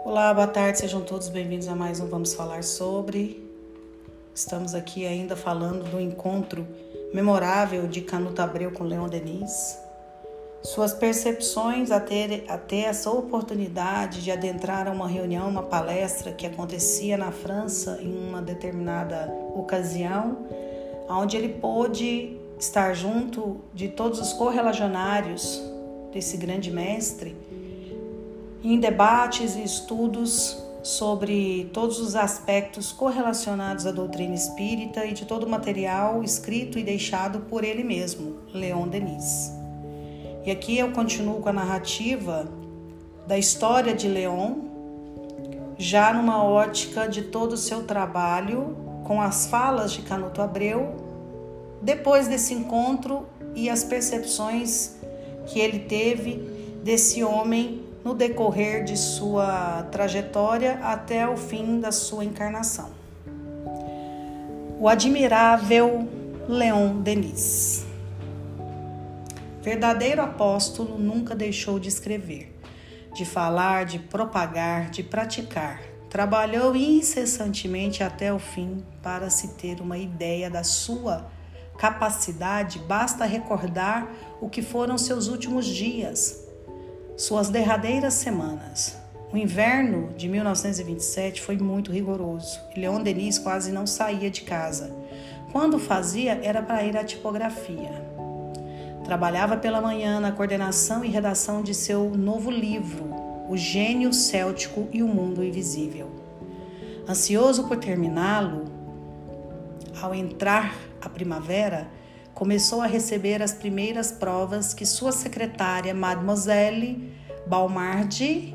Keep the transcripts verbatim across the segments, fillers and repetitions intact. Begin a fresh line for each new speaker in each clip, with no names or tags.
Olá, boa tarde, sejam todos bem-vindos a mais um Vamos Falar Sobre. Estamos aqui ainda falando do encontro memorável de Canuto Abreu com Leon Denis. Suas percepções a ter, a ter essa oportunidade de adentrar a uma reunião, uma palestra que acontecia na França em uma determinada ocasião, onde ele pôde estar junto de todos os correligionários desse grande mestre, em debates e estudos sobre todos os aspectos correlacionados à doutrina espírita e de todo o material escrito e deixado por ele mesmo, Leon Denis. E aqui eu continuo com a narrativa da história de Leon, já numa ótica de todo o seu trabalho, com as falas de Canuto Abreu, depois desse encontro e as percepções que ele teve desse homem no decorrer de sua trajetória até o fim da sua encarnação. O admirável Leon Denis. Verdadeiro apóstolo nunca deixou de escrever, de falar, de propagar, de praticar. Trabalhou incessantemente até o fim para se ter uma ideia da sua capacidade. Basta recordar o que foram seus últimos dias, suas derradeiras semanas. O inverno de mil novecentos e vinte e sete foi muito rigoroso e Leon Denis quase não saía de casa. Quando fazia, era para ir à tipografia. Trabalhava pela manhã na coordenação e redação de seu novo livro, O Gênio Céltico e o Mundo Invisível. Ansioso por terminá-lo, ao entrar a primavera, começou a receber as primeiras provas que sua secretária, Mademoiselle Balmarde,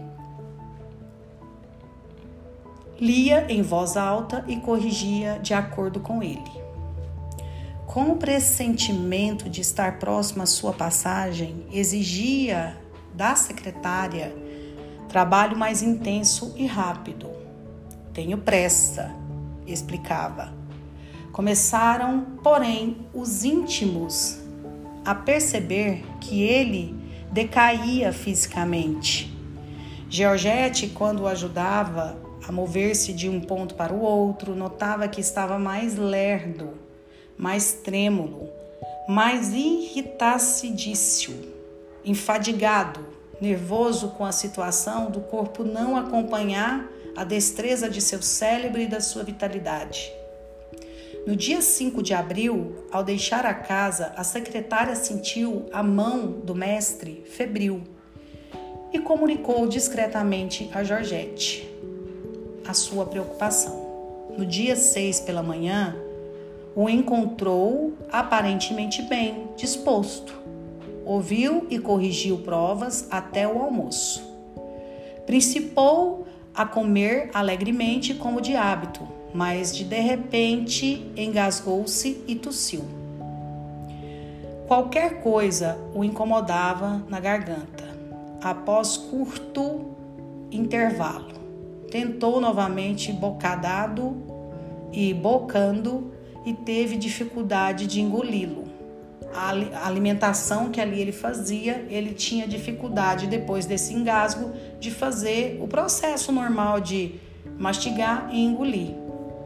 lia em voz alta e corrigia de acordo com ele. Com o pressentimento de estar próximo à sua passagem, exigia da secretária trabalho mais intenso e rápido. Tenho pressa, explicava. Começaram, porém, os íntimos a perceber que ele decaía fisicamente. Georgette, quando o ajudava a mover-se de um ponto para o outro, notava que estava mais lerdo, mais trêmulo, mais irritacidício, enfadigado, nervoso com a situação do corpo não acompanhar a destreza de seu cérebro e da sua vitalidade. No dia cinco de abril, ao deixar a casa, a secretária sentiu a mão do mestre febril e comunicou discretamente a Georgette a sua preocupação. No dia seis pela manhã, o encontrou aparentemente bem disposto. Ouviu e corrigiu provas até o almoço. Principou a comer alegremente como de hábito, mas de, de repente engasgou-se e tossiu. Qualquer coisa o incomodava na garganta. Após curto intervalo, tentou novamente bocadado e bocando e teve dificuldade de engoli-lo. A alimentação que ali ele fazia, ele tinha dificuldade depois desse engasgo de fazer o processo normal de mastigar e engolir.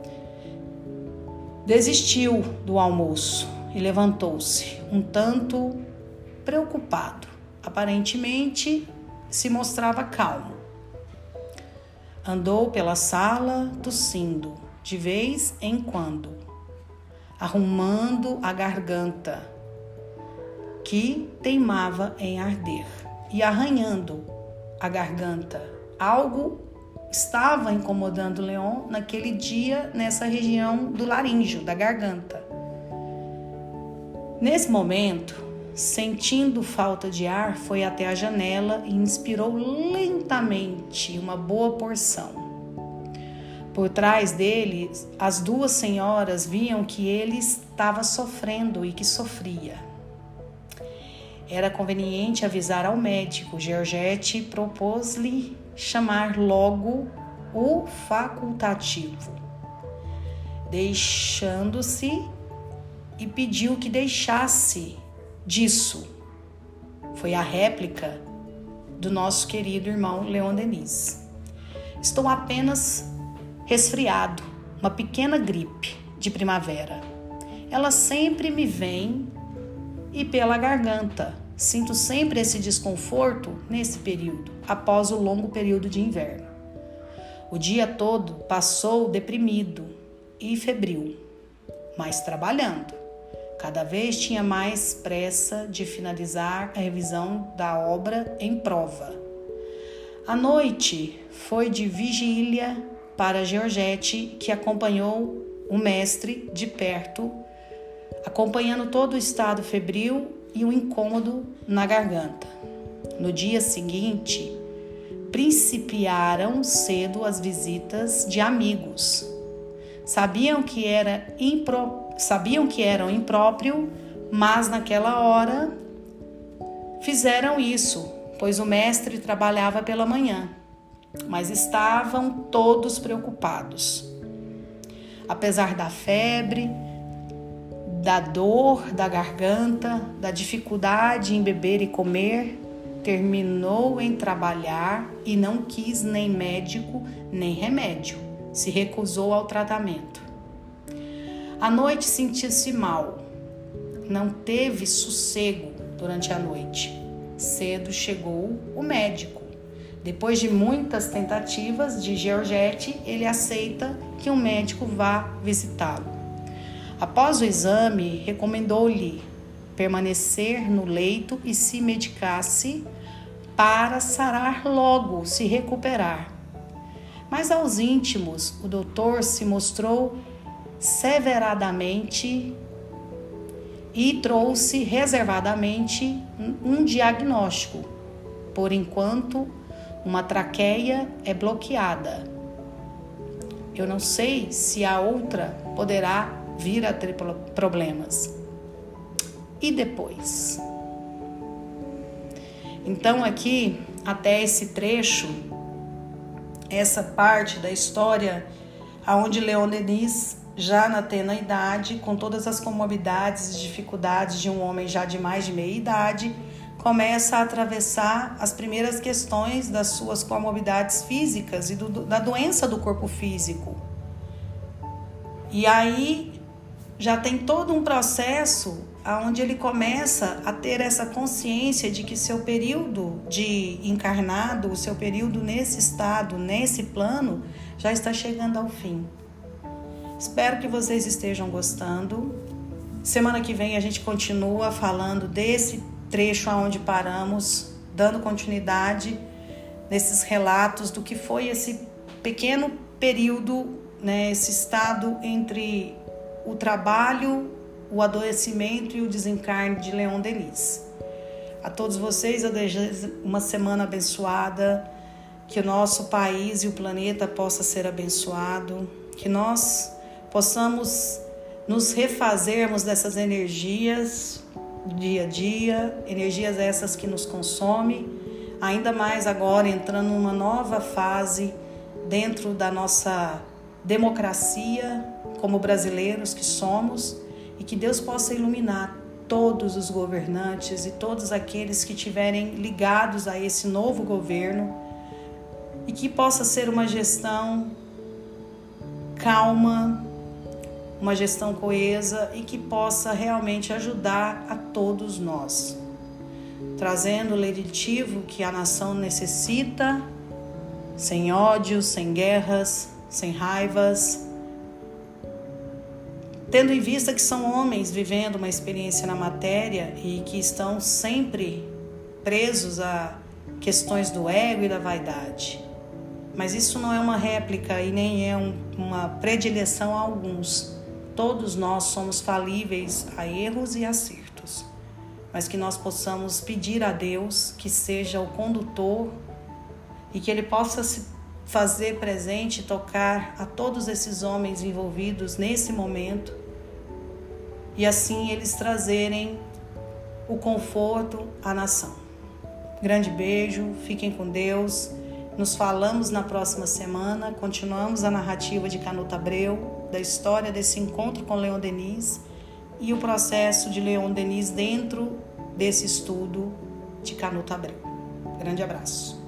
Desistiu do almoço e levantou-se, um tanto preocupado. Aparentemente, se mostrava calmo. Andou pela sala, tossindo, de vez em quando, arrumando a garganta, que teimava em arder, e arranhando a garganta. Algo estava incomodando Leon naquele dia nessa região do laríngeo, da garganta. Nesse momento, sentindo falta de ar, foi até a janela e inspirou lentamente uma boa porção. Por trás dele, as duas senhoras viam que ele estava sofrendo e que sofria. Era conveniente avisar ao médico. Georgette propôs-lhe chamar logo o facultativo, deixando-se, e pediu que deixasse disso. Foi a réplica do nosso querido irmão Leon Denis. Estou apenas resfriado, uma pequena gripe de primavera. Ela sempre me vem e pela garganta. Sinto sempre esse desconforto nesse período, após o longo período de inverno. O dia todo passou deprimido e febril, mas trabalhando. Cada vez tinha mais pressa de finalizar a revisão da obra em prova. A noite foi de vigília para Georgette, que acompanhou o mestre de perto, acompanhando todo o estado febril e o incômodo na garganta. No dia seguinte, principiaram cedo as visitas de amigos. Sabiam que era impro... Sabiam que eram impróprio, mas naquela hora fizeram isso, pois o mestre trabalhava pela manhã, mas estavam todos preocupados. Apesar da febre, da dor da garganta, da dificuldade em beber e comer, terminou em trabalhar e não quis nem médico nem remédio, se recusou ao tratamento. À noite sentiu-se mal, não teve sossego durante a noite. Cedo chegou o médico. Depois de muitas tentativas de Georgette, ele aceita que um médico vá visitá-lo. Após o exame, recomendou-lhe permanecer no leito e se medicasse para sarar logo, se recuperar. Mas aos íntimos, o doutor se mostrou severadamente e trouxe reservadamente um diagnóstico. Por enquanto, uma traqueia é bloqueada. Eu não sei se a outra poderá vir a ter problemas. E depois? Então aqui, até esse trecho, essa parte da história onde Leon Denis, já na tena idade, com todas as comorbidades e dificuldades de um homem já de mais de meia idade, começa a atravessar as primeiras questões das suas comorbidades físicas e do, da doença do corpo físico. E aí já tem todo um processo onde ele começa a ter essa consciência de que seu período de encarnado, o seu período nesse estado, nesse plano, já está chegando ao fim. Espero que vocês estejam gostando. Semana que vem a gente continua falando desse trecho onde paramos, dando continuidade nesses relatos do que foi esse pequeno período, né, esse estado entre o trabalho, o adoecimento e o desencarne de Leon Denis. A todos vocês eu desejo uma semana abençoada, que o nosso país e o planeta possa ser abençoado, que nós possamos nos refazermos dessas energias do dia a dia, energias essas que nos consomem, ainda mais agora entrando numa nova fase dentro da nossa democracia, como brasileiros que somos, e que Deus possa iluminar todos os governantes e todos aqueles que estiverem ligados a esse novo governo, e que possa ser uma gestão calma, uma gestão coesa e que possa realmente ajudar a todos nós, trazendo o legislativo que a nação necessita, sem ódio, sem guerras, sem raivas, tendo em vista que são homens vivendo uma experiência na matéria e que estão sempre presos a questões do ego e da vaidade. Mas isso não é uma réplica e nem é um, uma predileção a alguns. Todos nós somos falíveis a erros e acertos, mas que nós possamos pedir a Deus que seja o condutor e que Ele possa se fazer presente e tocar a todos esses homens envolvidos nesse momento e assim eles trazerem o conforto à nação. Grande beijo, fiquem com Deus. Nos falamos na próxima semana, continuamos a narrativa de Canuto Abreu, da história desse encontro com Leon Denis e o processo de Leon Denis dentro desse estudo de Canuto Abreu. Grande abraço.